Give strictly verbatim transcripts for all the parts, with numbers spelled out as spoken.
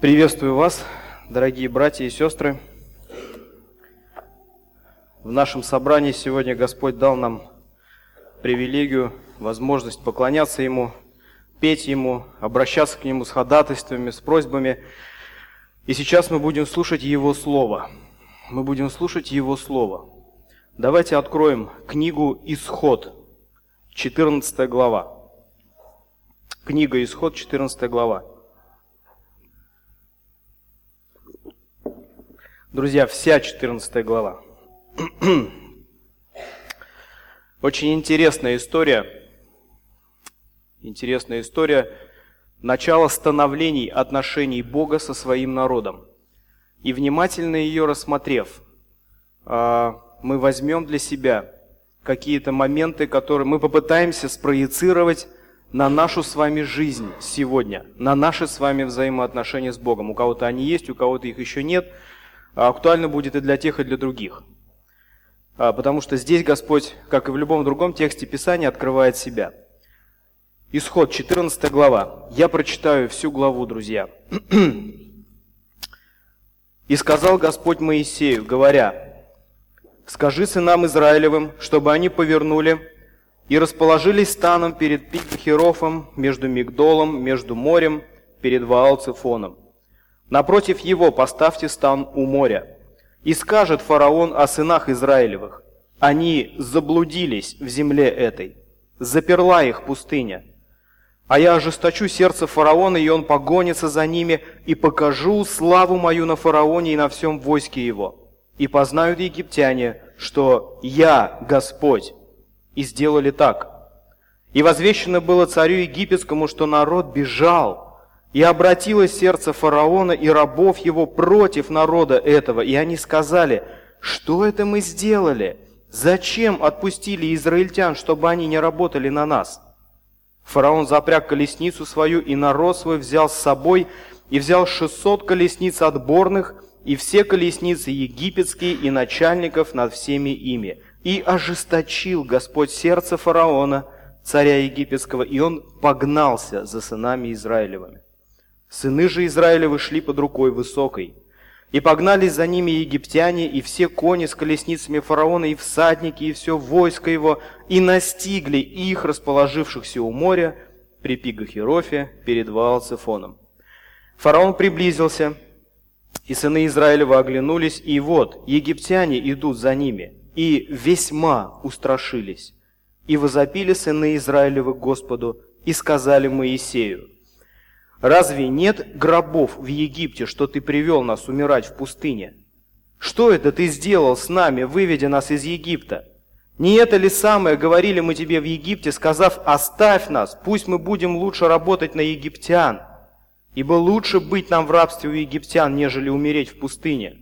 Приветствую вас, дорогие братья и сестры. В нашем собрании сегодня Господь дал нам привилегию, возможность поклоняться Ему, петь Ему, обращаться к Нему с ходатайствами, с просьбами. И сейчас мы будем слушать Его Слово. Мы будем слушать Его Слово. Давайте откроем книгу «Исход», четырнадцатая глава. Книга «Исход», четырнадцатая глава. Друзья, вся четырнадцатая глава. Очень интересная история. Интересная история начала становлений отношений Бога со своим народом. И внимательно ее рассмотрев, мы возьмем для себя какие-то моменты, которые мы попытаемся спроецировать на нашу с вами жизнь сегодня, на наши с вами взаимоотношения с Богом. У кого-то они есть, у кого-то их еще нет. Актуально будет и для тех, и для других. Потому что здесь Господь, как и в любом другом тексте Писания, открывает себя. Исход, четырнадцатая глава. Я прочитаю всю главу, друзья. «И сказал Господь Моисею, говоря, скажи сынам Израилевым, чтобы они повернули и расположились станом перед Пи-гахерофом, между Мигдолом, между морем, перед Ваал-Цефоном. Напротив его поставьте стан у моря. И скажет фараон о сынах Израилевых: они заблудились в земле этой, заперла их пустыня. А я ожесточу сердце фараона, и он погонится за ними, и покажу славу мою на фараоне и на всем войске его. И познают египтяне, что я Господь». И сделали так. И возвещено было царю египетскому, что народ бежал. И обратилось сердце фараона и рабов его против народа этого. И они сказали: что это мы сделали? Зачем отпустили израильтян, чтобы они не работали на нас? Фараон запряг колесницу свою, и народ свой взял с собой, и взял шестьсот колесниц отборных, и все колесницы египетские, и начальников над всеми ими. И ожесточил Господь сердце фараона, царя египетского, и он погнался за сынами Израилевыми. Сыны же Израилевы шли под рукой высокой, и погнались за ними египтяне, и все кони с колесницами фараона, и всадники, и все войско его, и настигли их, расположившихся у моря, при Пи-гахерофе, перед Ваал-Цефоном. Фараон приблизился, и сыны Израилева оглянулись, и вот, египтяне идут за ними, и весьма устрашились. И возопили сыны Израилевы к Господу, и сказали Моисею: разве нет гробов в Египте, что ты привел нас умирать в пустыне? Что это ты сделал с нами, выведя нас из Египта? Не это ли самое говорили мы тебе в Египте, сказав: оставь нас, пусть мы будем лучше работать на египтян, ибо лучше быть нам в рабстве у египтян, нежели умереть в пустыне?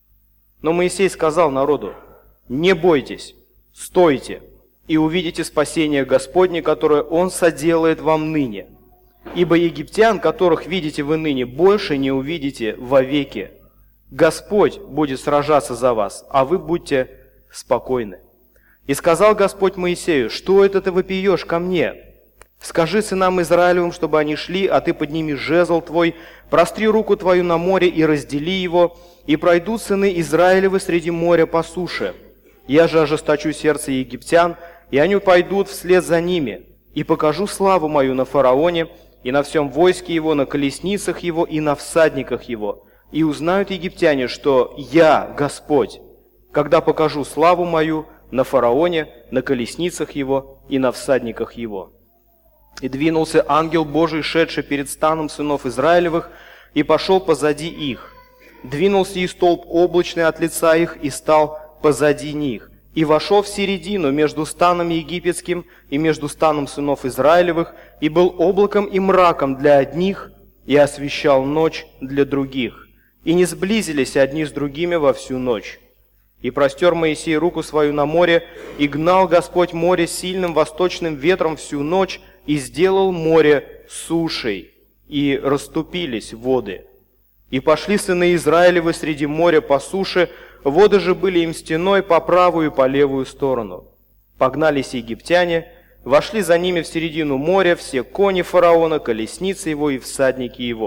Но Моисей сказал народу: не бойтесь, стойте, и увидите спасение Господне, которое Он соделает вам ныне. Ибо египтян, которых видите вы ныне, больше не увидите вовеки. Господь будет сражаться за вас, а вы будьте спокойны. И сказал Господь Моисею: что это ты вопиешь ко мне? Скажи сынам Израилевым, чтобы они шли, а ты подними жезл твой, простри руку твою на море и раздели его, и пройдут сыны Израилевы среди моря по суше. Я же ожесточу сердце египтян, и они пойдут вслед за ними, и покажу славу мою на фараоне, и на всем войске его, на колесницах его, и на всадниках его. И узнают египтяне, что я Господь, когда покажу славу мою на фараоне, на колесницах его и на всадниках его». И двинулся ангел Божий, шедший перед станом сынов Израилевых, и пошел позади их. Двинулся и столб облачный от лица их, и стал позади них. И вошел в середину между станом египетским и между станом сынов Израилевых, и был облаком и мраком для одних, и освещал ночь для других. И не сблизились одни с другими во всю ночь. И простер Моисей руку свою на море, и гнал Господь море сильным восточным ветром всю ночь, и сделал море сушей, и расступились воды. И пошли сыны Израилевы среди моря по суше, воды же были им стеной по правую и по левую сторону. Погнались египтяне, вошли за ними в середину моря все кони фараона, колесницы его и всадники его.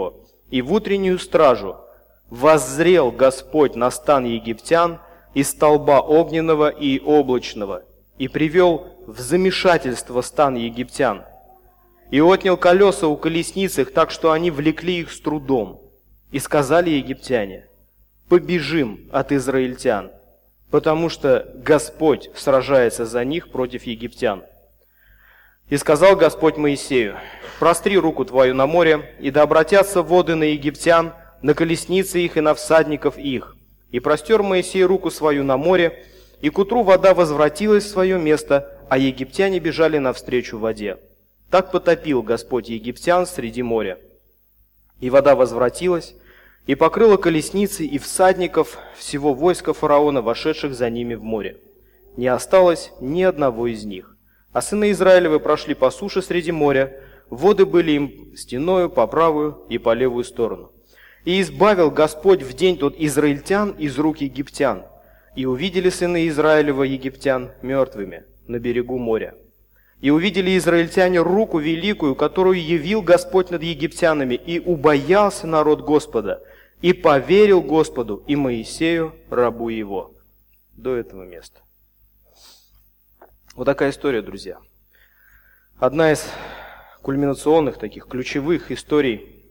и в утреннюю стражу воззрел Господь на стан египтян из столба огненного и облачного, и привел в замешательство стан египтян, и отнял колеса у колесниц их, так что они влекли их с трудом. И сказали египтяне: побежим от израильтян, потому что Господь сражается за них против египтян. И сказал Господь Моисею: простри руку твою на море, и да обратятся воды на египтян, на колесницы их и на всадников их. И простер Моисей руку свою на море, и к утру вода возвратилась в свое место, а египтяне бежали навстречу воде. Так потопил Господь египтян среди моря. И вода возвратилась, и покрыла колесницы и всадников всего войска фараона, вошедших за ними в море. Не осталось ни одного из них. А сыны Израилевы прошли по суше среди моря, воды были им стеною по правую и по левую сторону. И избавил Господь в день тот израильтян из рук египтян, и увидели сыны Израилева египтян мертвыми на берегу моря. И увидели израильтяне руку великую, которую явил Господь над египтянами, и убоялся народ Господа, и поверил Господу и Моисею, рабу его. До этого места. Вот такая история, друзья. Одна из кульминационных, таких ключевых историй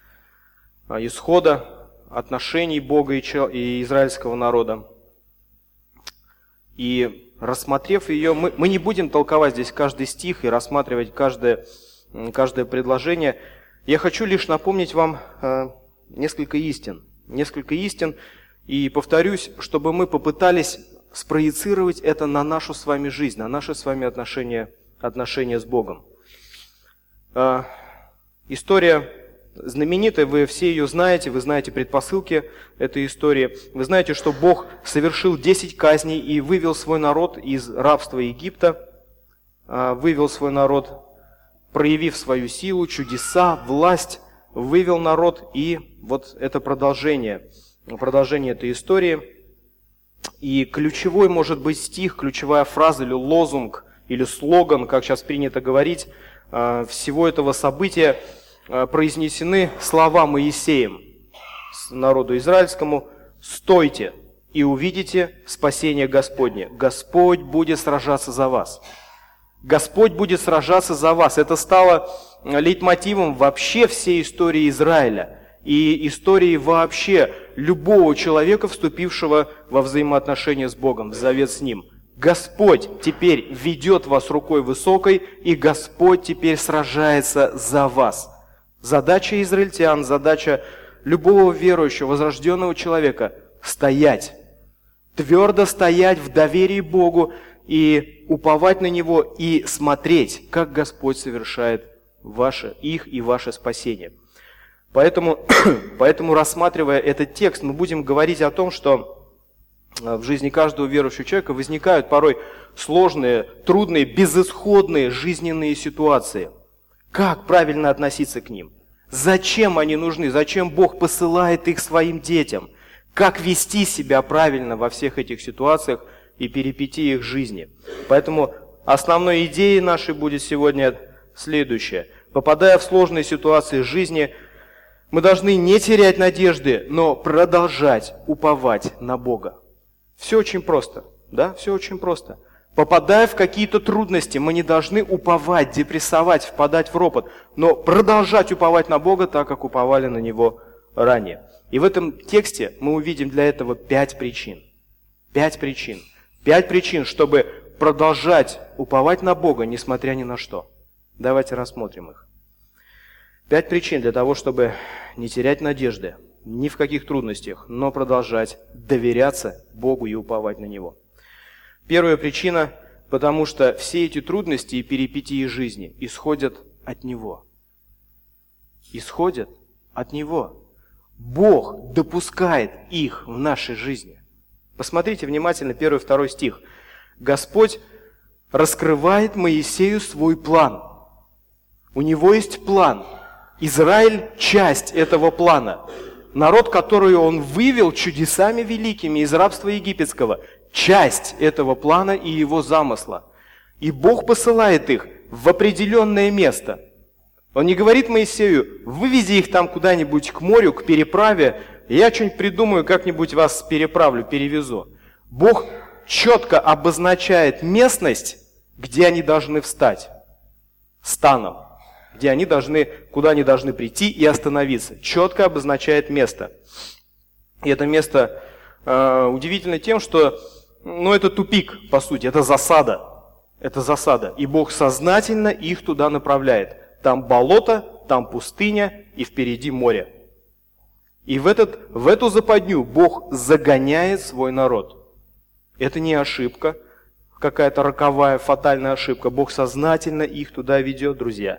исхода отношений Бога и израильского народа. И рассмотрев ее, мы, мы не будем толковать здесь каждый стих и рассматривать каждое, каждое предложение. Я хочу лишь напомнить вам э, несколько истин. Несколько истин, и повторюсь, чтобы мы попытались спроецировать это на нашу с вами жизнь, на наши с вами отношения, отношения с Богом. Э, история знаменитая, вы все ее знаете, вы знаете предпосылки этой истории. Вы знаете, что Бог совершил десять казней и вывел свой народ из рабства Египта, вывел свой народ, проявив свою силу, чудеса, власть, вывел народ, и вот это продолжение, продолжение этой истории. И ключевой может быть стих, ключевая фраза или лозунг, или слоган, как сейчас принято говорить, всего этого события, произнесены слова Моисеем народу израильскому: «Стойте и увидите спасение Господне». Господь будет сражаться за вас. Господь будет сражаться за вас. Это стало лейтмотивом вообще всей истории Израиля и истории вообще любого человека, вступившего во взаимоотношения с Богом, в завет с Ним. Господь теперь ведет вас рукой высокой, и Господь теперь сражается за вас. Задача израильтян, задача любого верующего, возрожденного человека – стоять, твердо стоять в доверии Богу и уповать на Него, и смотреть, как Господь совершает ваше, их и ваше спасение. Поэтому, поэтому, рассматривая этот текст, мы будем говорить о том, что в жизни каждого верующего человека возникают порой сложные, трудные, безысходные жизненные ситуации. Как правильно относиться к ним? Зачем они нужны? Зачем Бог посылает их своим детям? Как вести себя правильно во всех этих ситуациях и перипетиях жизни? Поэтому основной идеей нашей будет сегодня следующее. Попадая в сложные ситуации жизни, мы должны не терять надежды, но продолжать уповать на Бога. Все очень просто, да? Все очень просто. Попадая в какие-то трудности, мы не должны уповать, депрессовать, впадать в ропот, но продолжать уповать на Бога так, как уповали на Него ранее. И в этом тексте мы увидим для этого пять причин. Пять причин. Пять причин, чтобы продолжать уповать на Бога, несмотря ни на что. Давайте рассмотрим их. Пять причин для того, чтобы не терять надежды ни в каких трудностях, но продолжать доверяться Богу и уповать на Него. Первая причина, потому что все эти трудности и перипетии жизни исходят от Него. Исходят от Него. Бог допускает их в нашей жизни. Посмотрите внимательно первый и второй стих. Господь раскрывает Моисею свой план. У него есть план. Израиль – часть этого плана. Народ, который он вывел чудесами великими из рабства египетского – часть этого плана и его замысла. И Бог посылает их в определенное место. Он не говорит Моисею: вывези их там куда-нибудь к морю, к переправе, и я что-нибудь придумаю, как-нибудь вас переправлю, перевезу. Бог четко обозначает местность, где они должны встать, станом, где они должны, куда они должны прийти и остановиться. Четко обозначает место. И это место э, удивительно тем, что ну, это тупик, по сути, это засада. Это засада. И Бог сознательно их туда направляет. Там болото, там пустыня и впереди море. И в, этот, в эту западню Бог загоняет свой народ. Это не ошибка, какая-то роковая, фатальная ошибка. Бог сознательно их туда ведет, друзья.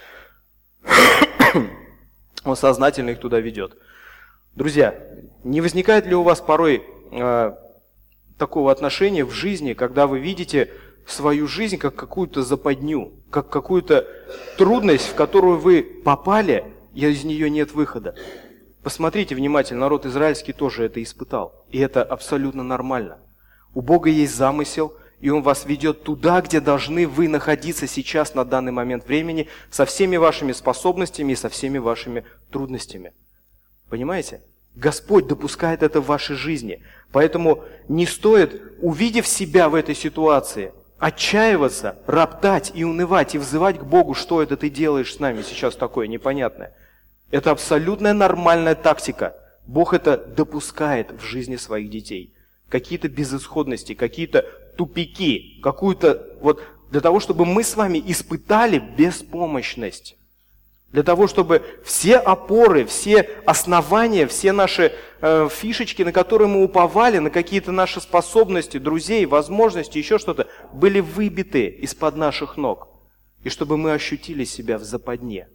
Он сознательно их туда ведет. Друзья, не возникает ли у вас порой э, такого отношения в жизни, когда вы видите свою жизнь как какую-то западню, как какую-то трудность, в которую вы попали, и из нее нет выхода? Посмотрите внимательно, народ израильский тоже это испытал. И это абсолютно нормально. У Бога есть замысел, и Он вас ведет туда, где должны вы находиться сейчас, на данный момент времени, со всеми вашими способностями и со всеми вашими трудностями. Понимаете? Господь допускает это в вашей жизни. Поэтому не стоит, увидев себя в этой ситуации, отчаиваться, роптать и унывать, и взывать к Богу: что это ты делаешь с нами сейчас такое непонятное. Это абсолютная нормальная тактика. Бог это допускает в жизни своих детей. Какие-то безысходности, какие-то тупики, какую-то вот для того, чтобы мы с вами испытали беспомощность. Для того, чтобы все опоры, все основания, все наши э, фишечки, на которые мы уповали, на какие-то наши способности, друзей, возможности, еще что-то, были выбиты из-под наших ног. И чтобы мы ощутили себя в западне.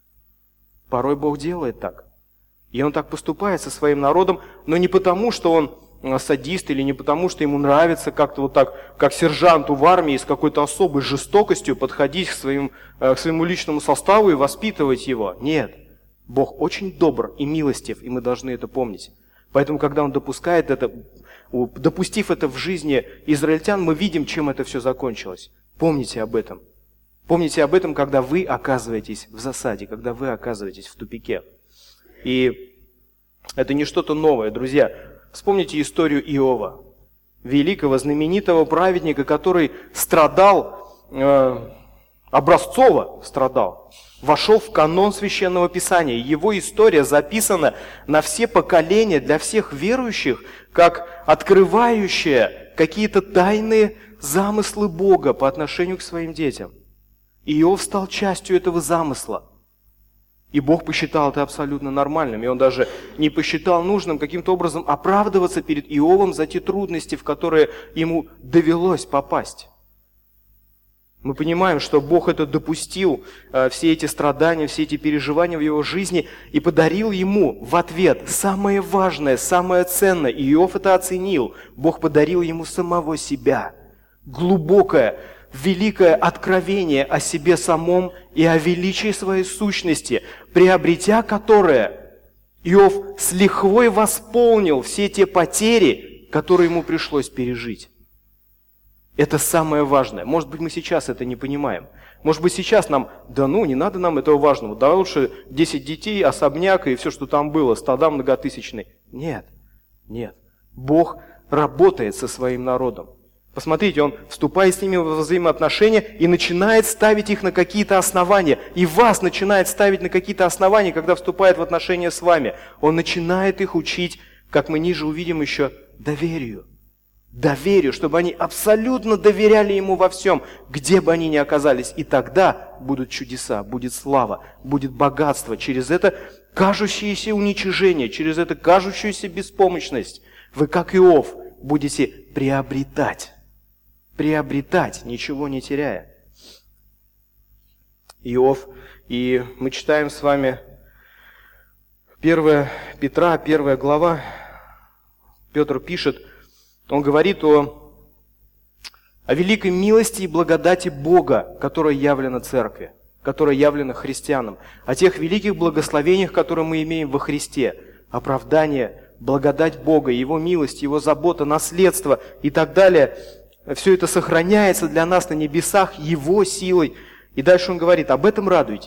Порой Бог делает так. И Он так поступает со своим народом, но не потому, что Он садист, или не потому, что ему нравится как-то вот так, как сержанту в армии, с какой-то особой жестокостью подходить к, своим, к своему личному составу и воспитывать его. Нет. Бог очень добр и милостив, и мы должны это помнить. Поэтому, когда Он допускает это, допустив это в жизни израильтян, мы видим, чем это все закончилось. Помните об этом. Помните об этом, когда вы оказываетесь в засаде, когда вы оказываетесь в тупике. И это не что-то новое, друзья. Вспомните историю Иова, великого, знаменитого праведника, который страдал, э, образцово страдал, вошел в канон Священного Писания. Его история записана на все поколения для всех верующих, как открывающая какие-то тайные замыслы Бога по отношению к своим детям. И Иов стал частью этого замысла. И Бог посчитал это абсолютно нормальным. И Он даже не посчитал нужным каким-то образом оправдываться перед Иовом за те трудности, в которые ему довелось попасть. Мы понимаем, что Бог это допустил, все эти страдания, все эти переживания в его жизни, и подарил ему в ответ самое важное, самое ценное. И Иов это оценил. Бог подарил ему самого себя. Глубокое, великое откровение о себе самом и о величии своей сущности, приобретя которое, Иов с лихвой восполнил все те потери, которые ему пришлось пережить. Это самое важное. Может быть, мы сейчас это не понимаем. Может быть, сейчас нам, да ну, не надо нам этого важного. Да лучше десять детей, особняк и все, что там было, стада многотысячные. Нет, нет. Бог работает со своим народом. Посмотрите, Он вступает с ними в взаимоотношения и начинает ставить их на какие-то основания. И вас начинает ставить на какие-то основания, когда вступает в отношения с вами. Он начинает их учить, как мы ниже увидим еще, доверию. Доверию, чтобы они абсолютно доверяли Ему во всем, где бы они ни оказались. И тогда будут чудеса, будет слава, будет богатство. Через это кажущееся уничижение, через это кажущуюся беспомощность вы, как Иов, будете приобретать. Приобретать, ничего не теряя. Иов. И мы читаем с вами первое Петра, первая глава. Петр пишет, он говорит о, о великой милости и благодати Бога, которая явлена Церкви, которая явлена христианам, о тех великих благословениях, которые мы имеем во Христе, оправдание, благодать Бога, Его милость, Его забота, наследство и так далее. Все это сохраняется для нас на небесах Его силой. И дальше он говорит, об этом радуйтесь.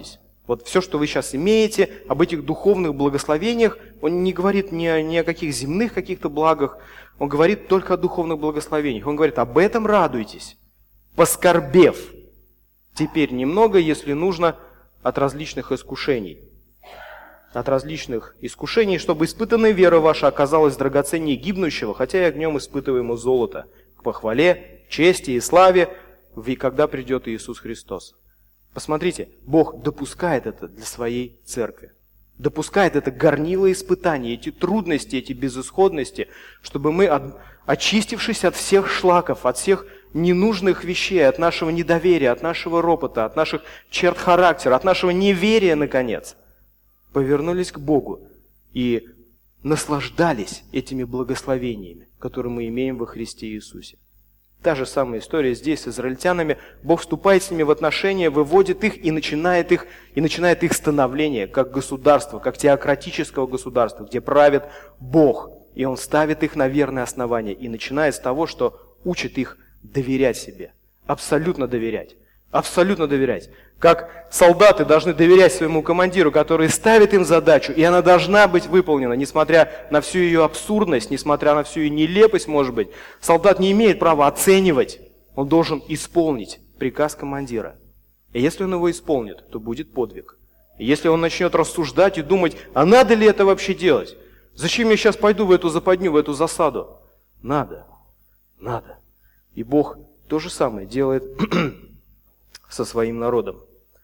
Вот все, что вы сейчас имеете, об этих духовных благословениях, он не говорит ни о, ни о каких земных каких-то благах, он говорит только о духовных благословениях. Он говорит, об этом радуйтесь, поскорбев теперь немного, если нужно, от различных искушений. От различных искушений, чтобы испытанная вера ваша оказалась драгоценнее гибнущего, хотя и огнем испытываемо золото, к похвале, чести и славе, и когда придет Иисус Христос. Посмотрите, Бог допускает это для своей церкви. Допускает это горнило испытаний, эти трудности, эти безысходности, чтобы мы, очистившись от всех шлаков, от всех ненужных вещей, от нашего недоверия, от нашего ропота, от наших черт характера, от нашего неверия, наконец, повернулись к Богу и наслаждались этими благословениями, которые мы имеем во Христе Иисусе. Та же самая история здесь с израильтянами. Бог вступает с ними в отношения, выводит их и начинает их, и начинает их становление как государство, как теократического государства, где правит Бог. И Он ставит их на верное основание и начинает с того, что учит их доверять себе. Абсолютно доверять. Абсолютно доверять. Как солдаты должны доверять своему командиру, который ставит им задачу, и она должна быть выполнена, несмотря на всю ее абсурдность, несмотря на всю ее нелепость, может быть. Солдат не имеет права оценивать, он должен исполнить приказ командира. И если он его исполнит, то будет подвиг. И если он начнет рассуждать и думать, а надо ли это вообще делать? Зачем я сейчас пойду в эту западню, в эту засаду? Надо, надо. И Бог то же самое делает со своим народом.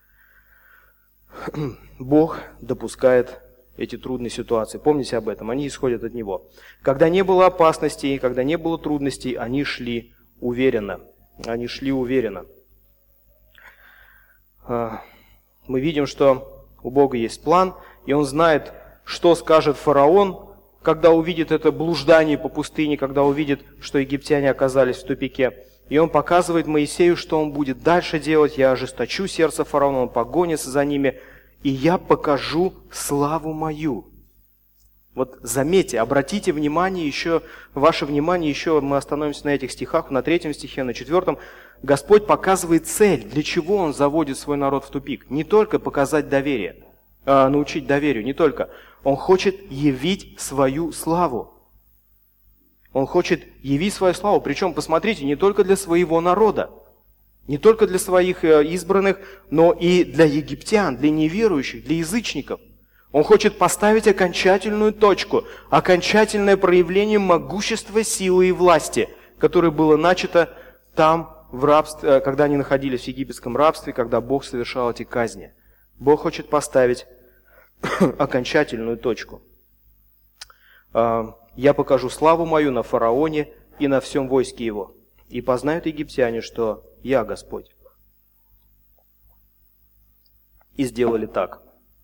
Бог допускает эти трудные ситуации. Помните об этом, они исходят от Него. Когда не было опасностей, когда не было трудностей, они шли уверенно. Они шли уверенно. Мы видим, что у Бога есть план, и Он знает, что скажет фараон, когда увидит это блуждание по пустыне, когда увидит, что египтяне оказались в тупике. И он показывает Моисею, что он будет дальше делать. Я ожесточу сердце фараона, он погонится за ними, и я покажу славу мою. Вот заметьте, обратите внимание еще, ваше внимание еще, мы остановимся на этих стихах, на третьем стихе, на четвертом. Господь показывает цель, для чего Он заводит свой народ в тупик. Не только показать доверие, а научить доверию, не только. Он хочет явить свою славу. Он хочет явить свою славу, причем, посмотрите, не только для своего народа, не только для своих избранных, но и для египтян, для неверующих, для язычников. Он хочет поставить окончательную точку, окончательное проявление могущества, силы и власти, которое было начато там, в рабстве, когда они находились в египетском рабстве, когда Бог совершал эти казни. Бог хочет поставить окончательную точку. «Я покажу славу мою на фараоне и на всем войске его, и познают египтяне, что я Господь». И сделали так.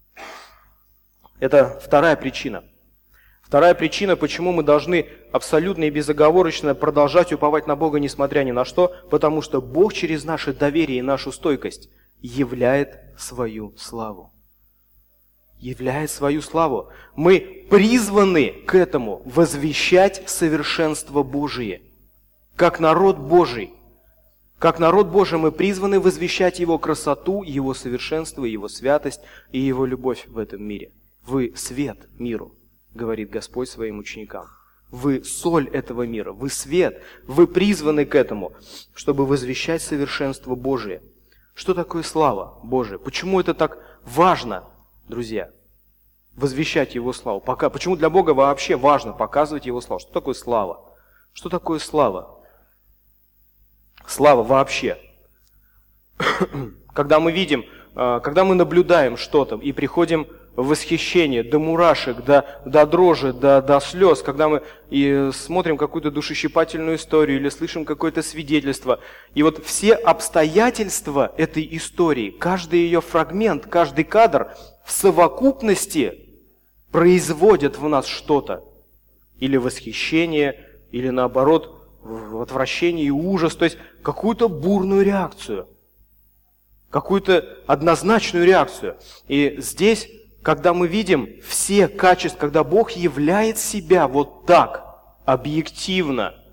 Это вторая причина. Вторая причина, почему мы должны абсолютно и безоговорочно продолжать уповать на Бога, несмотря ни на что, потому что Бог через наше доверие и нашу стойкость являет свою славу. Являет свою славу. Мы призваны к этому возвещать совершенство Божие. Как народ Божий. Как народ Божий мы призваны возвещать Его красоту, Его совершенство, Его святость и Его любовь в этом мире. Вы свет миру, говорит Господь своим ученикам. Вы соль этого мира, вы свет, вы призваны к этому, чтобы возвещать совершенство Божие. Что такое слава Божия? Почему это так важно, друзья? Возвещать Его славу. Пока, почему для Бога вообще важно показывать Его славу? Что такое слава? Что такое слава? Слава вообще. Когда мы видим, когда мы наблюдаем что-то и приходим в восхищение, до мурашек, до, до дрожи, до, до слез, когда мы и смотрим какую-то душещипательную историю или слышим какое-то свидетельство. И вот все обстоятельства этой истории, каждый ее фрагмент, каждый кадр в совокупности производят в нас что-то. Или восхищение, или наоборот, отвращение и ужас. То есть какую-то бурную реакцию. Какую-то однозначную реакцию. И здесь, когда мы видим все качества, когда Бог являет себя вот так, объективно,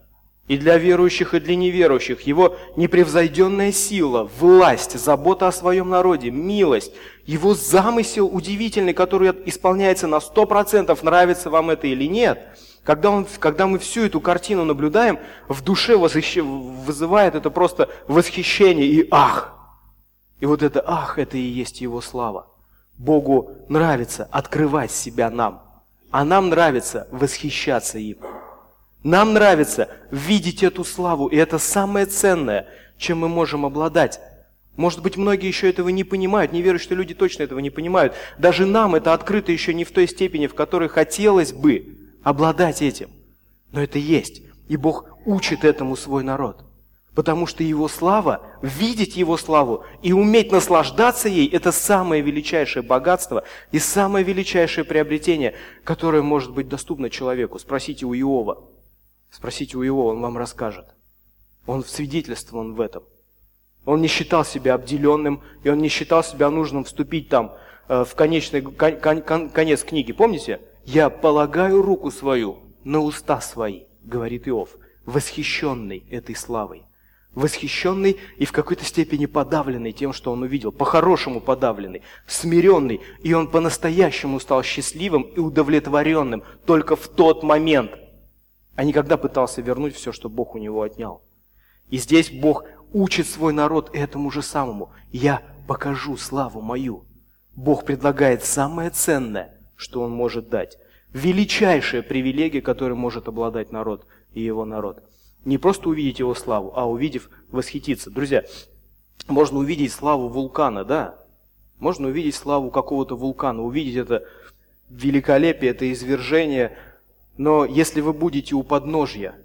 И для верующих, и для неверующих. Его непревзойденная сила, власть, забота о своем народе, милость, его замысел удивительный, который исполняется на сто процентов, нравится вам это или нет. Когда, он, когда мы всю эту картину наблюдаем, в душе восхищ... вызывает это просто восхищение и ах. И вот это ах, это и есть его слава. Богу нравится открывать себя нам, а нам нравится восхищаться им. Нам нравится видеть эту славу, и это самое ценное, чем мы можем обладать. Может быть, многие еще этого не понимают, неверующие люди точно этого не понимают. Даже нам это открыто еще не в той степени, в которой хотелось бы обладать этим. Но это есть, и Бог учит этому свой народ. Потому что Его слава, видеть Его славу и уметь наслаждаться ей, это самое величайшее богатство и самое величайшее приобретение, которое может быть доступно человеку. Спросите у Иова. Спросите у Иова, он вам расскажет. Он свидетельствован в этом. Он не считал себя обделенным, и он не считал себя нужным вступить там э, в конечный, кон, кон, конец книги. Помните? «Я полагаю руку свою на уста свои», говорит Иов, восхищенный этой славой. Восхищенный и в какой-то степени подавленный тем, что он увидел. По-хорошему подавленный, смиренный. И он по-настоящему стал счастливым и удовлетворенным только в тот момент, а не когда пытался вернуть все, что Бог у него отнял. И здесь Бог учит свой народ этому же самому. «Я покажу славу мою». Бог предлагает самое ценное, что Он может дать. Величайшая привилегия, которой может обладать народ и его народ. Не просто увидеть его славу, а увидев, восхититься. Друзья, можно увидеть славу вулкана, да? Можно увидеть славу какого-то вулкана, увидеть это великолепие, это извержение. Но если вы будете у подножья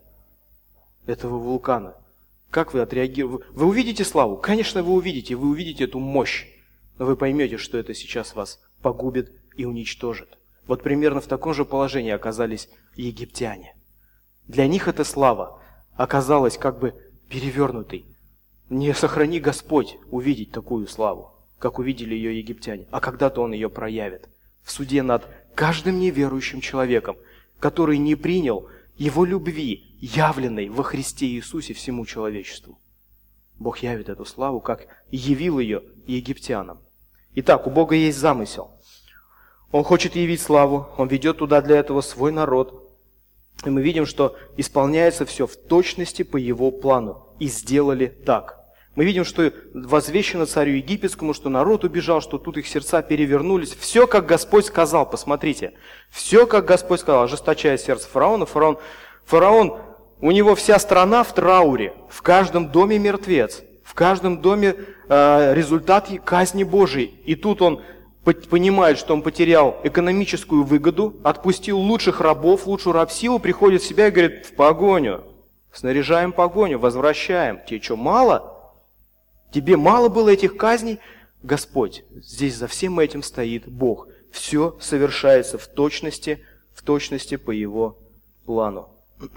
этого вулкана, как вы отреагируете? Вы увидите славу? Конечно, вы увидите, вы увидите эту мощь. Но вы поймете, что это сейчас вас погубит и уничтожит. Вот примерно в таком же положении оказались египтяне. Для них эта слава оказалась как бы перевернутой. Не сохрани Господь увидеть такую славу, как увидели ее египтяне, а когда-то Он ее проявит в суде над каждым неверующим человеком, который не принял Его любви, явленной во Христе Иисусе всему человечеству. Бог явит эту славу, как явил ее египтянам. Итак, у Бога есть замысел. Он хочет явить славу, Он ведет туда для этого свой народ. И мы видим, что исполняется все в точности по Его плану. И сделали так. Мы видим, что возвещено царю египетскому, что народ убежал, что тут их сердца перевернулись. Все, как Господь сказал, посмотрите. Все, как Господь сказал, ожесточая сердце фараона. Фараон, фараон, у него вся страна в трауре, в каждом доме мертвец, в каждом доме э, результат казни Божией. И тут он понимает, что он потерял экономическую выгоду, отпустил лучших рабов, лучшую рабсилу, приходит в себя и говорит: в погоню, снаряжаем погоню, возвращаем. Тебе что, мало? Тебе мало было этих казней? Господь, здесь за всем этим стоит Бог. Все совершается в точности, в точности по Его плану.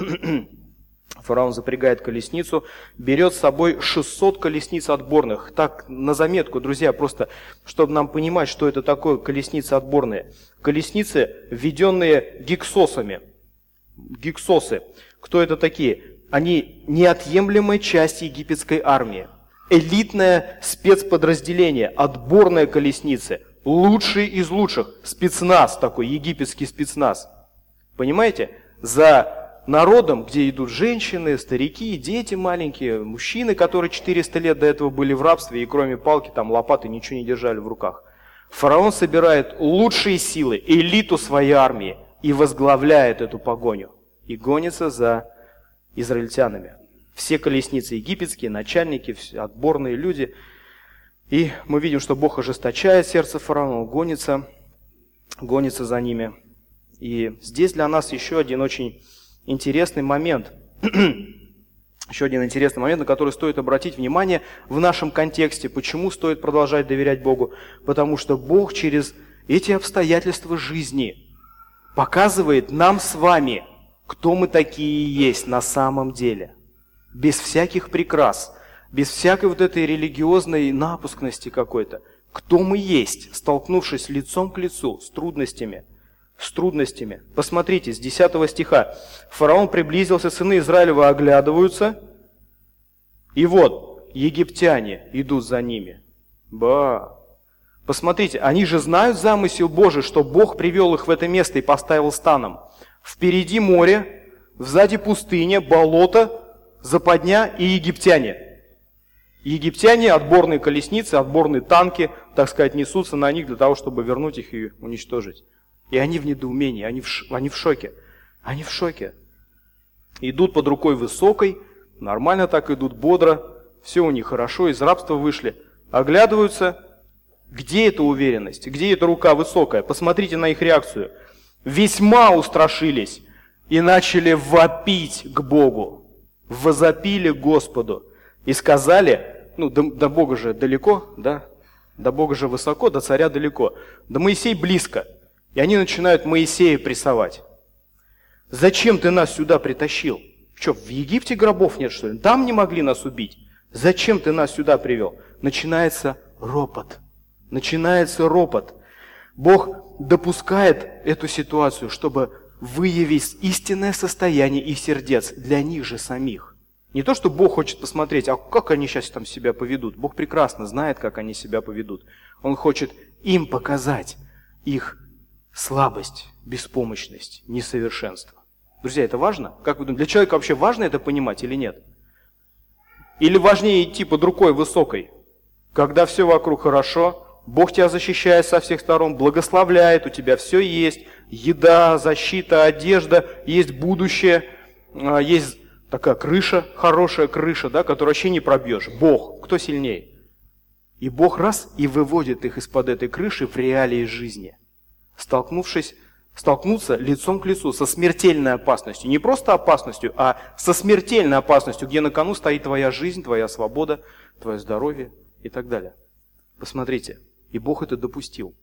Фараон запрягает колесницу, берет с собой шестьсот колесниц отборных. Так, на заметку, друзья, просто, чтобы нам понимать, что это такое колесницы отборные. Колесницы, введенные гиксосами. Гиксосы. Кто это такие? Они неотъемлемая часть египетской армии. Элитное спецподразделение, отборные колесницы. Лучшие из лучших. Спецназ такой, египетский спецназ. Понимаете? За народом, где идут женщины, старики, дети маленькие, мужчины, которые четыреста лет до этого были в рабстве и кроме палки, там, лопаты ничего не держали в руках. Фараон собирает лучшие силы, элиту своей армии и возглавляет эту погоню. И гонится за израильтянами. Все колесницы египетские, начальники, отборные люди. И мы видим, что Бог ожесточает сердце фараона, он гонится, гонится за ними. И здесь для нас еще один очень интересный момент. Еще один интересный момент, на который стоит обратить внимание в нашем контексте. Почему стоит продолжать доверять Богу? Потому что Бог через эти обстоятельства жизни показывает нам с вами, кто мы такие есть на самом деле. Без всяких прикрас, без всякой вот этой религиозной напускности какой-то. Кто мы есть, столкнувшись лицом к лицу с трудностями, с трудностями. Посмотрите, с десятого стиха. Фараон приблизился, сыны Израилева оглядываются, и вот египтяне идут за ними. Ба! Посмотрите, они же знают замысел Божий, что Бог привел их в это место и поставил станом. Впереди море, сзади пустыня, болото, западня и египтяне. Египтяне, отборные колесницы, отборные танки, так сказать, несутся на них для того, чтобы вернуть их и уничтожить. И они в недоумении, они в, ш... они в шоке. Они в шоке. Идут под рукой высокой, нормально так идут, бодро, все у них хорошо, из рабства вышли. Оглядываются. Где эта уверенность? Где эта рука высокая? Посмотрите на их реакцию. Весьма устрашились и начали вопить к Богу. Возопили к Господу и сказали, ну, до, до Бога же далеко, да? До Бога же высоко, до царя далеко. До Моисея близко. И они начинают Моисея прессовать. Зачем ты нас сюда притащил? Что, в Египте гробов нет, что ли? Там не могли нас убить. Зачем ты нас сюда привел? Начинается ропот. Начинается ропот. Бог допускает эту ситуацию, чтобы выявить истинное состояние их сердец для них же самих. Не то, что Бог хочет посмотреть, а как они сейчас там себя поведут. Бог прекрасно знает, как они себя поведут. Он хочет им показать их слабость, беспомощность, несовершенство. Друзья, это важно? Как вы думаете, для человека вообще важно это понимать или нет? Или важнее идти под рукой высокой, когда все вокруг хорошо, Бог тебя защищает со всех сторон, благословляет, у тебя все есть, еда, защита, одежда, есть будущее, есть такая крыша, хорошая крыша, да, которую вообще не пробьешь. Бог, кто сильнее? И Бог раз и выводит их из-под этой крыши в реалии жизни, столкнувшись, столкнуться лицом к лицу со смертельной опасностью. Не просто опасностью, а со смертельной опасностью, где на кону стоит твоя жизнь, твоя свобода, твое здоровье и так далее. Посмотрите. И Бог это допустил.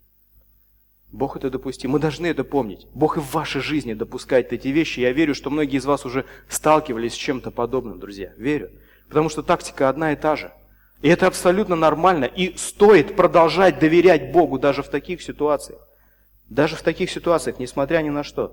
Бог это допустил. Мы должны это помнить. Бог и в вашей жизни допускает эти вещи. Я верю, что многие из вас уже сталкивались с чем-то подобным, друзья. Верю. Потому что тактика одна и та же. И это абсолютно нормально. И стоит продолжать доверять Богу даже в таких ситуациях. Даже в таких ситуациях, несмотря ни на что.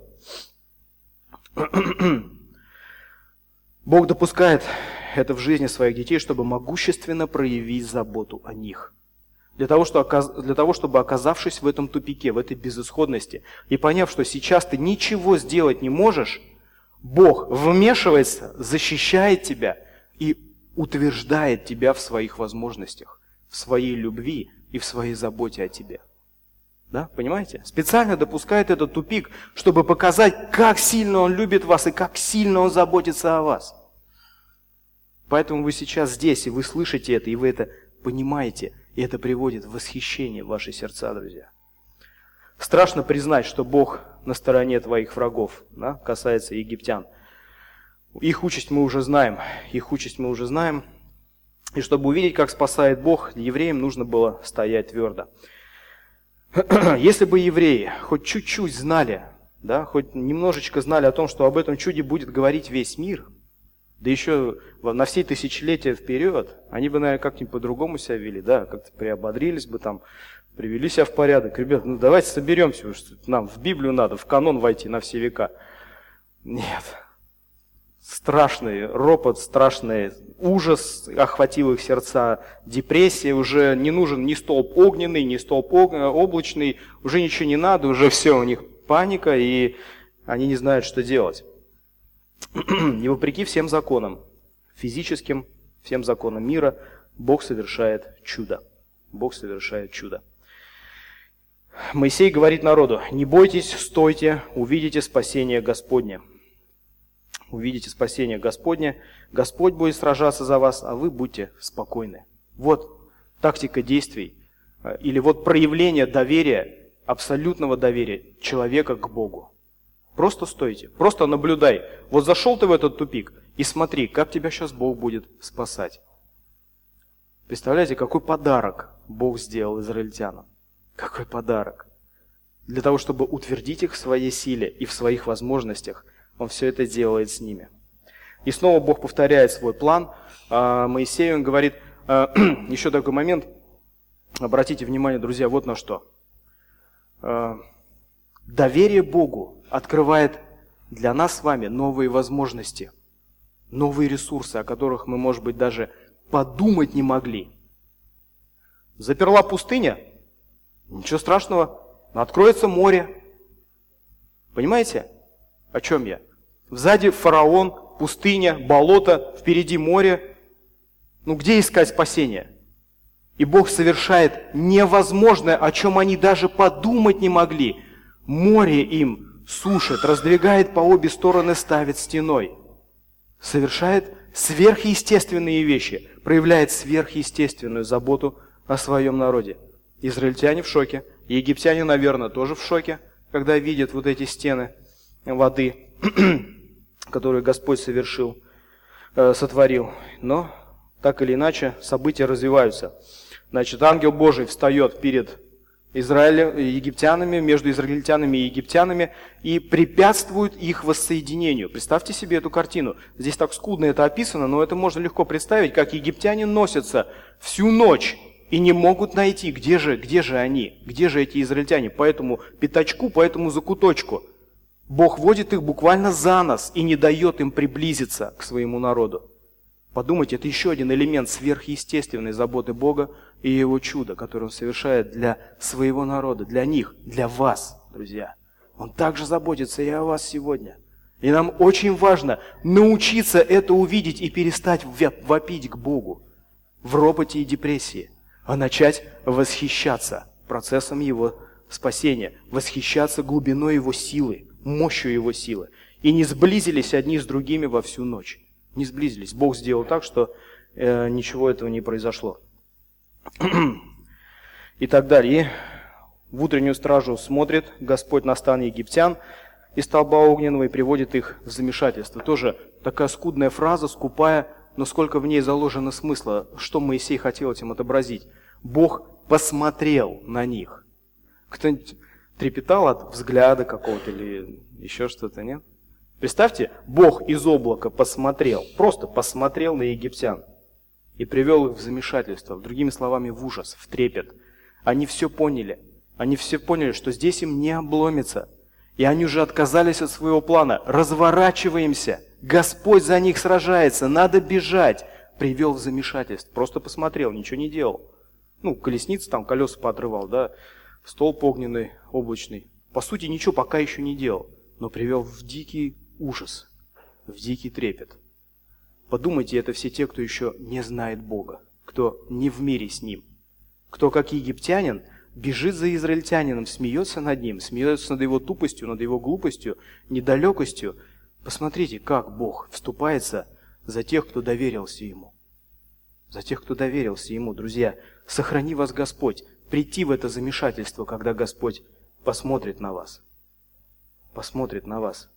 Бог допускает это в жизни своих детей, чтобы могущественно проявить заботу о них. Для того, что, для того, чтобы, оказавшись в этом тупике, в этой безысходности, и поняв, что сейчас ты ничего сделать не можешь, Бог вмешивается, защищает тебя и утверждает тебя в своих возможностях, в своей любви и в своей заботе о тебе. Да? Понимаете? Специально допускает этот тупик, чтобы показать, как сильно Он любит вас и как сильно Он заботится о вас. Поэтому вы сейчас здесь, и вы слышите это, и вы это понимаете. И это приводит в восхищение в ваши сердца, друзья. Страшно признать, что Бог на стороне твоих врагов, да, касается египтян. Их участь мы уже знаем, их участь мы уже знаем. И чтобы увидеть, как спасает Бог, евреям нужно было стоять твердо. Если бы евреи хоть чуть-чуть знали, да, хоть немножечко знали о том, что об этом чуде будет говорить весь мир, да еще на все тысячелетия вперед, они бы, наверное, как-нибудь по-другому себя вели, да, как-то приободрились бы там, привели себя в порядок. Ребят, ну давайте соберемся, нам в Библию надо, в канон войти на все века. Нет. Страшный ропот, страшный ужас охватил их сердца, депрессия, уже не нужен ни столб огненный, ни столб облачный, уже ничего не надо, уже все, у них паника, и они не знают, что делать. И вопреки всем законам, физическим, всем законам мира, Бог совершает чудо. Бог совершает чудо. Моисей говорит народу: не бойтесь, стойте, увидите спасение Господне. Увидите спасение Господне, Господь будет сражаться за вас, а вы будьте спокойны. Вот тактика действий, или вот проявление доверия, абсолютного доверия человека к Богу. Просто стойте, просто наблюдай. Вот зашел ты в этот тупик и смотри, как тебя сейчас Бог будет спасать. Представляете, какой подарок Бог сделал израильтянам? Какой подарок! Для того, чтобы утвердить их в своей силе и в своих возможностях, Он все это делает с ними. И снова Бог повторяет свой план. Моисею Он говорит, еще такой момент, обратите внимание, друзья, вот на что. Доверие Богу открывает для нас с вами новые возможности, новые ресурсы, о которых мы, может быть, даже подумать не могли. Заперла пустыня? Ничего страшного, откроется море. Понимаете, о чем я? Сзади фараон, пустыня, болото, впереди море. Ну где искать спасение? И Бог совершает невозможное, о чем они даже подумать не могли. Море им сушит, раздвигает по обе стороны, ставит стеной. Совершает сверхъестественные вещи, проявляет сверхъестественную заботу о своем народе. Израильтяне в шоке, египтяне, наверное, тоже в шоке, когда видят вот эти стены воды, которые Господь совершил, э, сотворил. Но так или иначе события развиваются. Значит, ангел Божий встает перед Израилем, египтянами, между израильтянами и египтянами и препятствует их воссоединению. Представьте себе эту картину. Здесь так скудно это описано, но это можно легко представить, как египтяне носятся всю ночь и не могут найти, где же, где же они, где же эти израильтяне, по этому пятачку, по этому закуточку. Бог водит их буквально за нос и не дает им приблизиться к своему народу. Подумайте, это еще один элемент сверхъестественной заботы Бога и Его чуда, которое Он совершает для своего народа, для них, для вас, друзья. Он также заботится и о вас сегодня. И нам очень важно научиться это увидеть и перестать вопить к Богу в ропоте и депрессии, а начать восхищаться процессом Его спасения, восхищаться глубиной Его силы, мощью Его силы. И не сблизились одни с другими во всю ночь. Не сблизились. Бог сделал так, что э, ничего этого не произошло. И так далее. И в утреннюю стражу смотрит Господь на стан египтян из столба огненного и приводит их в замешательство. Тоже такая скудная фраза, скупая, но сколько в ней заложено смысла, что Моисей хотел этим отобразить. Бог посмотрел на них. Кто-нибудь трепетал от взгляда какого-то или еще что-то, нет? Представьте, Бог из облака посмотрел, просто посмотрел на египтян и привел их в замешательство, другими словами, в ужас, в трепет. Они все поняли, они все поняли, что здесь им не обломится. И они уже отказались от своего плана. Разворачиваемся, Господь за них сражается, надо бежать. Привел в замешательство, просто посмотрел, ничего не делал. Ну, колесница там, колеса поотрывал, да, столб огненный, облачный. По сути, ничего пока еще не делал, но привел в дикий ужас, в дикий трепет. Подумайте, это все те, кто еще не знает Бога, кто не в мире с Ним, кто, как египтянин, бежит за израильтянином, смеется над ним, смеется над его тупостью, над его глупостью, недалекостью. Посмотрите, как Бог вступается за тех, кто доверился Ему. За тех, кто доверился Ему. Друзья, сохрани вас Господь, прийти в это замешательство, когда Господь посмотрит на вас. Посмотрит на вас.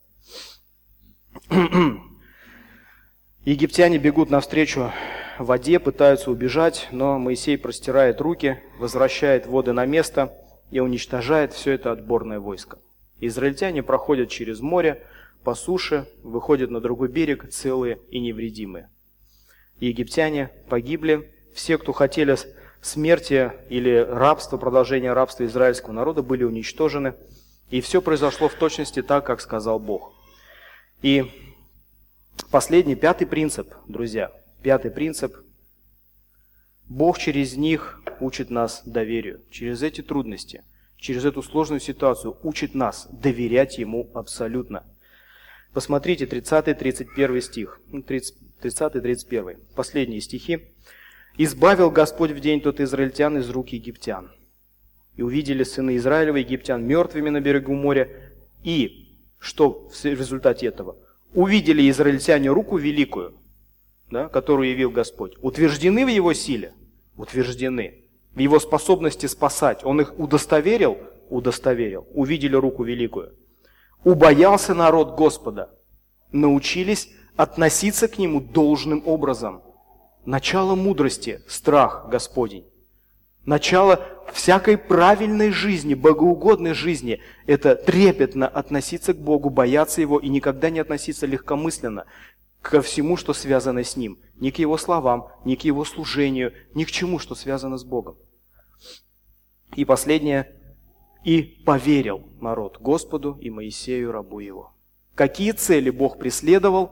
Египтяне бегут навстречу воде, пытаются убежать, но Моисей простирает руки, возвращает воды на место и уничтожает все это отборное войско. Израильтяне проходят через море, по суше, выходят на другой берег целые и невредимые. Египтяне погибли, все, кто хотели смерти или рабства, продолжения рабства израильского народа, были уничтожены. И все произошло в точности так, как сказал Бог. И последний, пятый принцип, друзья, пятый принцип. Бог через них учит нас доверию. Через эти трудности, через эту сложную ситуацию учит нас доверять Ему абсолютно. Посмотрите, тридцатый тридцать первый стих. тридцатый тридцать первый. Последние стихи. «Избавил Господь в день тот израильтян из рук египтян. И увидели сыны Израилева египтян мертвыми на берегу моря. И, что в результате этого? Увидели израильтяне руку великую, да, которую явил Господь. Утверждены в Его силе? Утверждены. В Его способности спасать. Он их удостоверил? Удостоверил. Увидели руку великую. Убоялся народ Господа. Научились относиться к Нему должным образом. Начало мудрости – страх Господень. Начало всякой правильной жизни, богоугодной жизни – это трепетно относиться к Богу, бояться Его и никогда не относиться легкомысленно ко всему, что связано с Ним. Ни к Его словам, ни к Его служению, ни к чему, что связано с Богом. И последнее И поверил народ Господу и Моисею, рабу его. Какие цели Бог преследовал,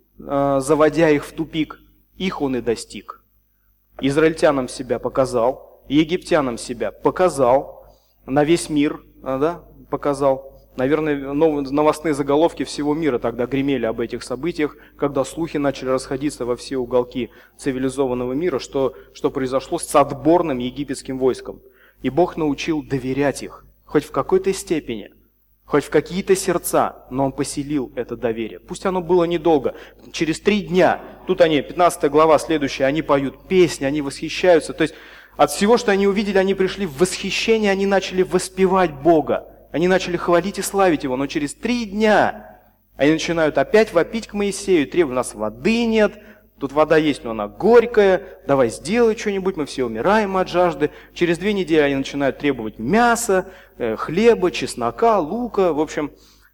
заводя их в тупик, их Он и достиг. Израильтянам себя показал, египтянам себя показал, на весь мир, да, показал. Наверное, новостные заголовки всего мира тогда гремели об этих событиях, когда слухи начали расходиться во все уголки цивилизованного мира, что, что произошло с отборным египетским войском. И Бог научил доверять их, хоть в какой-то степени, хоть в какие-то сердца, но Он поселил это доверие. Пусть оно было недолго. Через три дня, тут они, пятнадцатая глава следующая, они поют песни, они восхищаются. То есть от всего, что они увидели, они пришли в восхищение, они начали воспевать Бога. Они начали хвалить и славить Его, но через три дня они начинают опять вопить к Моисею, требуют: у нас воды нет, тут вода есть, но она горькая, давай сделай что-нибудь, мы все умираем от жажды. Через две недели они начинают требовать мяса, хлеба, чеснока, лука. В общем,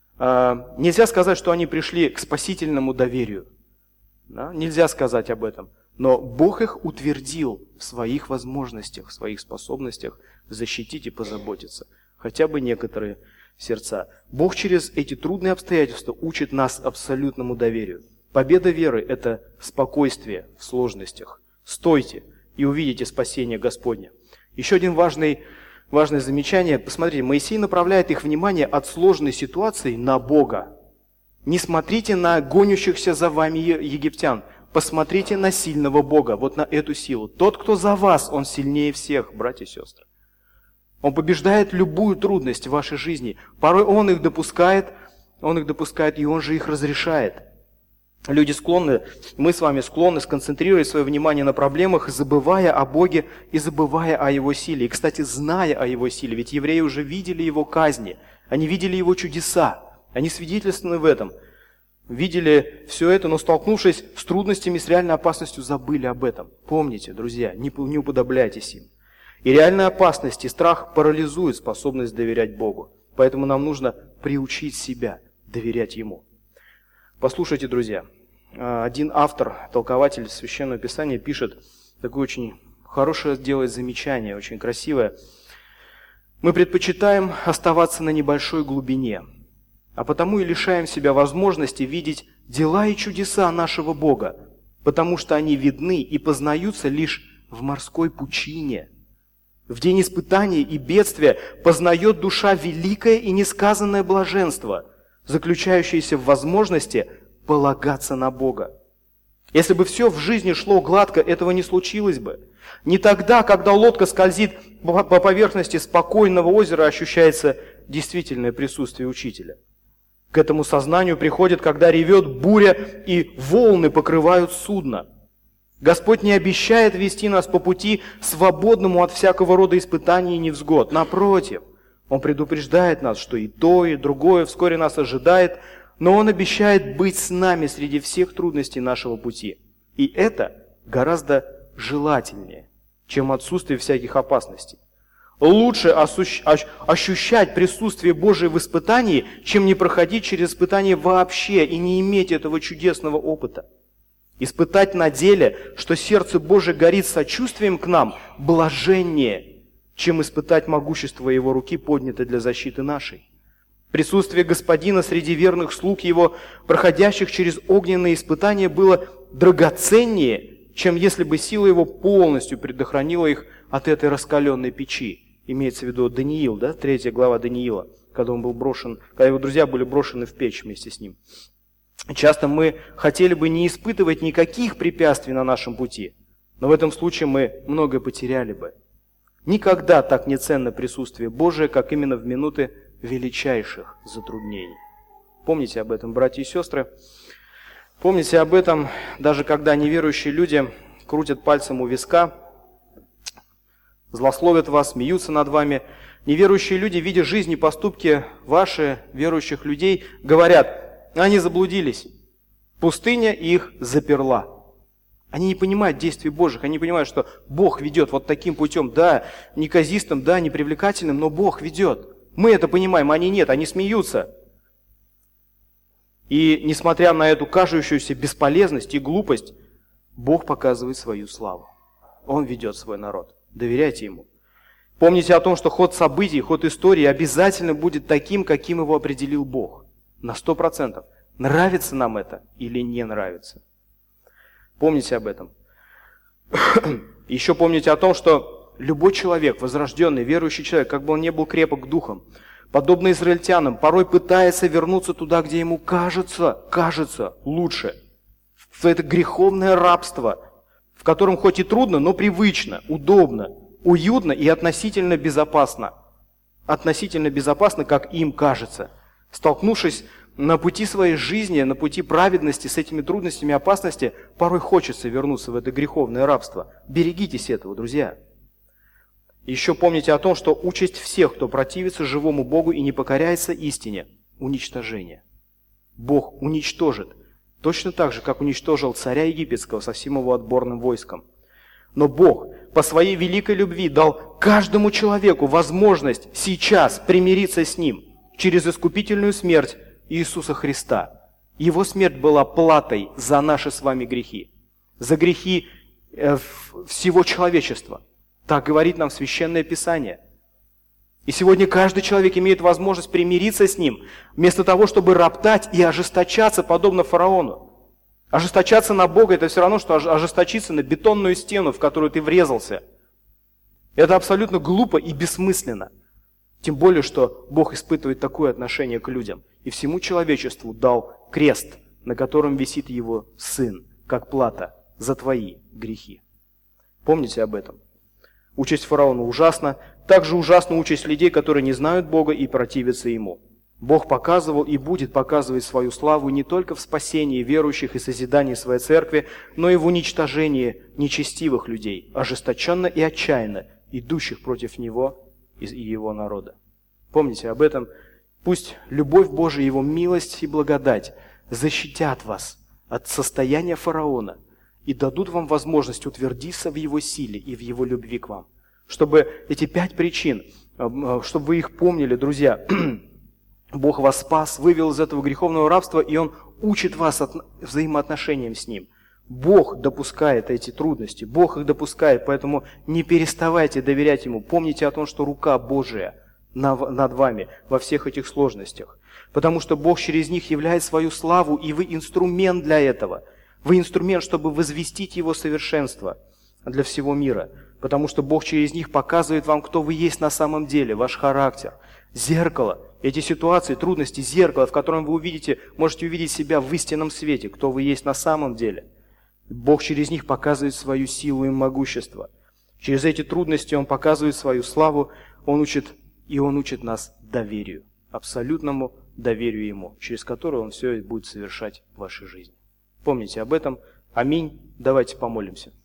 нельзя сказать, что они пришли к спасительному доверию. Да? Нельзя сказать об этом. Но Бог их утвердил в своих возможностях, в своих способностях защитить и позаботиться. Хотя бы некоторые сердца. Бог через эти трудные обстоятельства учит нас абсолютному доверию. Победа веры – это спокойствие в сложностях. Стойте и увидите спасение Господне. Еще один важный, важное замечание. Посмотрите, Моисей направляет их внимание от сложной ситуации на Бога. Не смотрите на гонющихся за вами египтян. Посмотрите на сильного Бога, вот на эту силу. Тот, кто за вас, Он сильнее всех, братья и сестры. Он побеждает любую трудность в вашей жизни. Порой Он их допускает, Он их допускает, и Он же их разрешает. Люди склонны, мы с вами склонны сконцентрировать свое внимание на проблемах, забывая о Боге и забывая о Его силе. И, кстати, зная о Его силе, ведь евреи уже видели Его казни, они видели Его чудеса, они свидетельствованы в этом. Видели все это, но столкнувшись с трудностями, с реальной опасностью, забыли об этом. Помните, друзья, не уподобляйтесь им. И реальная опасность и страх парализуют способность доверять Богу. Поэтому нам нужно приучить себя доверять Ему. Послушайте, друзья, один автор, толкователь Священного Писания пишет такое очень хорошее, делает замечание, очень красивое. Мы предпочитаем оставаться на небольшой глубине, а потому и лишаем себя возможности видеть дела и чудеса нашего Бога, потому что они видны и познаются лишь в морской пучине. В день испытаний и бедствия познает душа великое и несказанное блаженство, заключающееся в возможности полагаться на Бога. Если бы все в жизни шло гладко, этого не случилось бы. Не тогда, когда лодка скользит по поверхности спокойного озера, ощущается действительное присутствие Учителя. К этому сознанию приходит, когда ревет буря и волны покрывают судно. Господь не обещает вести нас по пути, свободному от всякого рода испытаний и невзгод. Напротив, Он предупреждает нас, что и то, и другое вскоре нас ожидает, но Он обещает быть с нами среди всех трудностей нашего пути. И это гораздо желательнее, чем отсутствие всяких опасностей. Лучше ощущать присутствие Божие в испытании, чем не проходить через испытание вообще и не иметь этого чудесного опыта. Испытать на деле, что сердце Божие горит сочувствием к нам, блаженнее, чем испытать могущество Его руки, поднятой для защиты нашей. Присутствие Господина среди верных слуг Его, проходящих через огненные испытания, было драгоценнее, чем если бы сила Его полностью предохранила их от этой раскаленной печи. Имеется в виду Даниил, да, третья глава Даниила, когда он был брошен, когда его друзья были брошены в печь вместе с ним. Часто мы хотели бы не испытывать никаких препятствий на нашем пути, но в этом случае мы многое потеряли бы. Никогда так не ценно присутствие Божие, как именно в минуты величайших затруднений. Помните об этом, братья и сестры. Помните об этом, даже когда неверующие люди крутят пальцем у виска, злословят вас, смеются над вами. Неверующие люди, видя жизнь и поступки ваши, верующих людей, говорят: они заблудились. Пустыня их заперла. Они не понимают действий Божьих, они не понимают, что Бог ведет вот таким путем, да, неказистым, да, непривлекательным, но Бог ведет. Мы это понимаем, они нет, они смеются. И несмотря на эту кажущуюся бесполезность и глупость, Бог показывает свою славу. Он ведет свой народ. Доверяйте Ему. Помните о том, что ход событий, ход истории обязательно будет таким, каким его определил Бог. На сто процентов. Нравится нам это или не нравится. Помните об этом. Еще помните о том, что любой человек, возрожденный, верующий человек, как бы он ни был крепок духом, подобно израильтянам, порой пытается вернуться туда, где ему кажется, кажется лучше. В это греховное рабство, в котором хоть и трудно, но привычно, удобно, уютно и относительно безопасно. Относительно безопасно, как им кажется. Столкнувшись на пути своей жизни, на пути праведности с этими трудностями и опасности, порой хочется вернуться в это греховное рабство. Берегитесь этого, друзья. Еще помните о том, что участь всех, кто противится живому Богу и не покоряется истине – уничтожение. Бог уничтожит, точно так же, как уничтожил царя египетского со всем его отборным войском. Но Бог по своей великой любви дал каждому человеку возможность сейчас примириться с Ним через искупительную смерть Иисуса Христа. Его смерть была платой за наши с вами грехи, за грехи всего человечества. Так говорит нам Священное Писание. И сегодня каждый человек имеет возможность примириться с Ним, вместо того, чтобы роптать и ожесточаться, подобно фараону. Ожесточаться на Бога – это все равно, что ожесточиться на бетонную стену, в которую ты врезался. Это абсолютно глупо и бессмысленно. Тем более, что Бог испытывает такое отношение к людям. И всему человечеству дал крест, на котором висит Его Сын, как плата за твои грехи. Помните об этом. Участь фараона ужасна. Также ужасна участь людей, которые не знают Бога и противятся Ему. Бог показывал и будет показывать свою славу не только в спасении верующих и созидании своей церкви, но и в уничтожении нечестивых людей, ожесточенно и отчаянно идущих против Него и Его народа. Помните об этом. Пусть любовь Божия, Его милость и благодать защитят вас от состояния фараона и дадут вам возможность утвердиться в Его силе и в Его любви к вам. Чтобы эти пять причин, чтобы вы их помнили, друзья, Бог вас спас, вывел из этого греховного рабства, и Он учит вас от взаимоотношениям с Ним. Бог допускает эти трудности, Бог их допускает, поэтому не переставайте доверять Ему. Помните о том, что рука Божия над вами во всех этих сложностях. Потому что Бог через них являет свою славу, и вы инструмент для этого. Вы инструмент, чтобы возвестить Его совершенство для всего мира. Потому что Бог через них показывает вам, кто вы есть на самом деле, ваш характер. Зеркало. Эти ситуации, трудности, зеркало, в котором вы увидите, можете увидеть себя в истинном свете, кто вы есть на самом деле. Бог через них показывает свою силу и могущество. Через эти трудности Он показывает свою славу, Он учит, и Он учит нас доверию, абсолютному доверию Ему, через которое Он все будет совершать в вашей жизни. Помните об этом. Аминь. Давайте помолимся.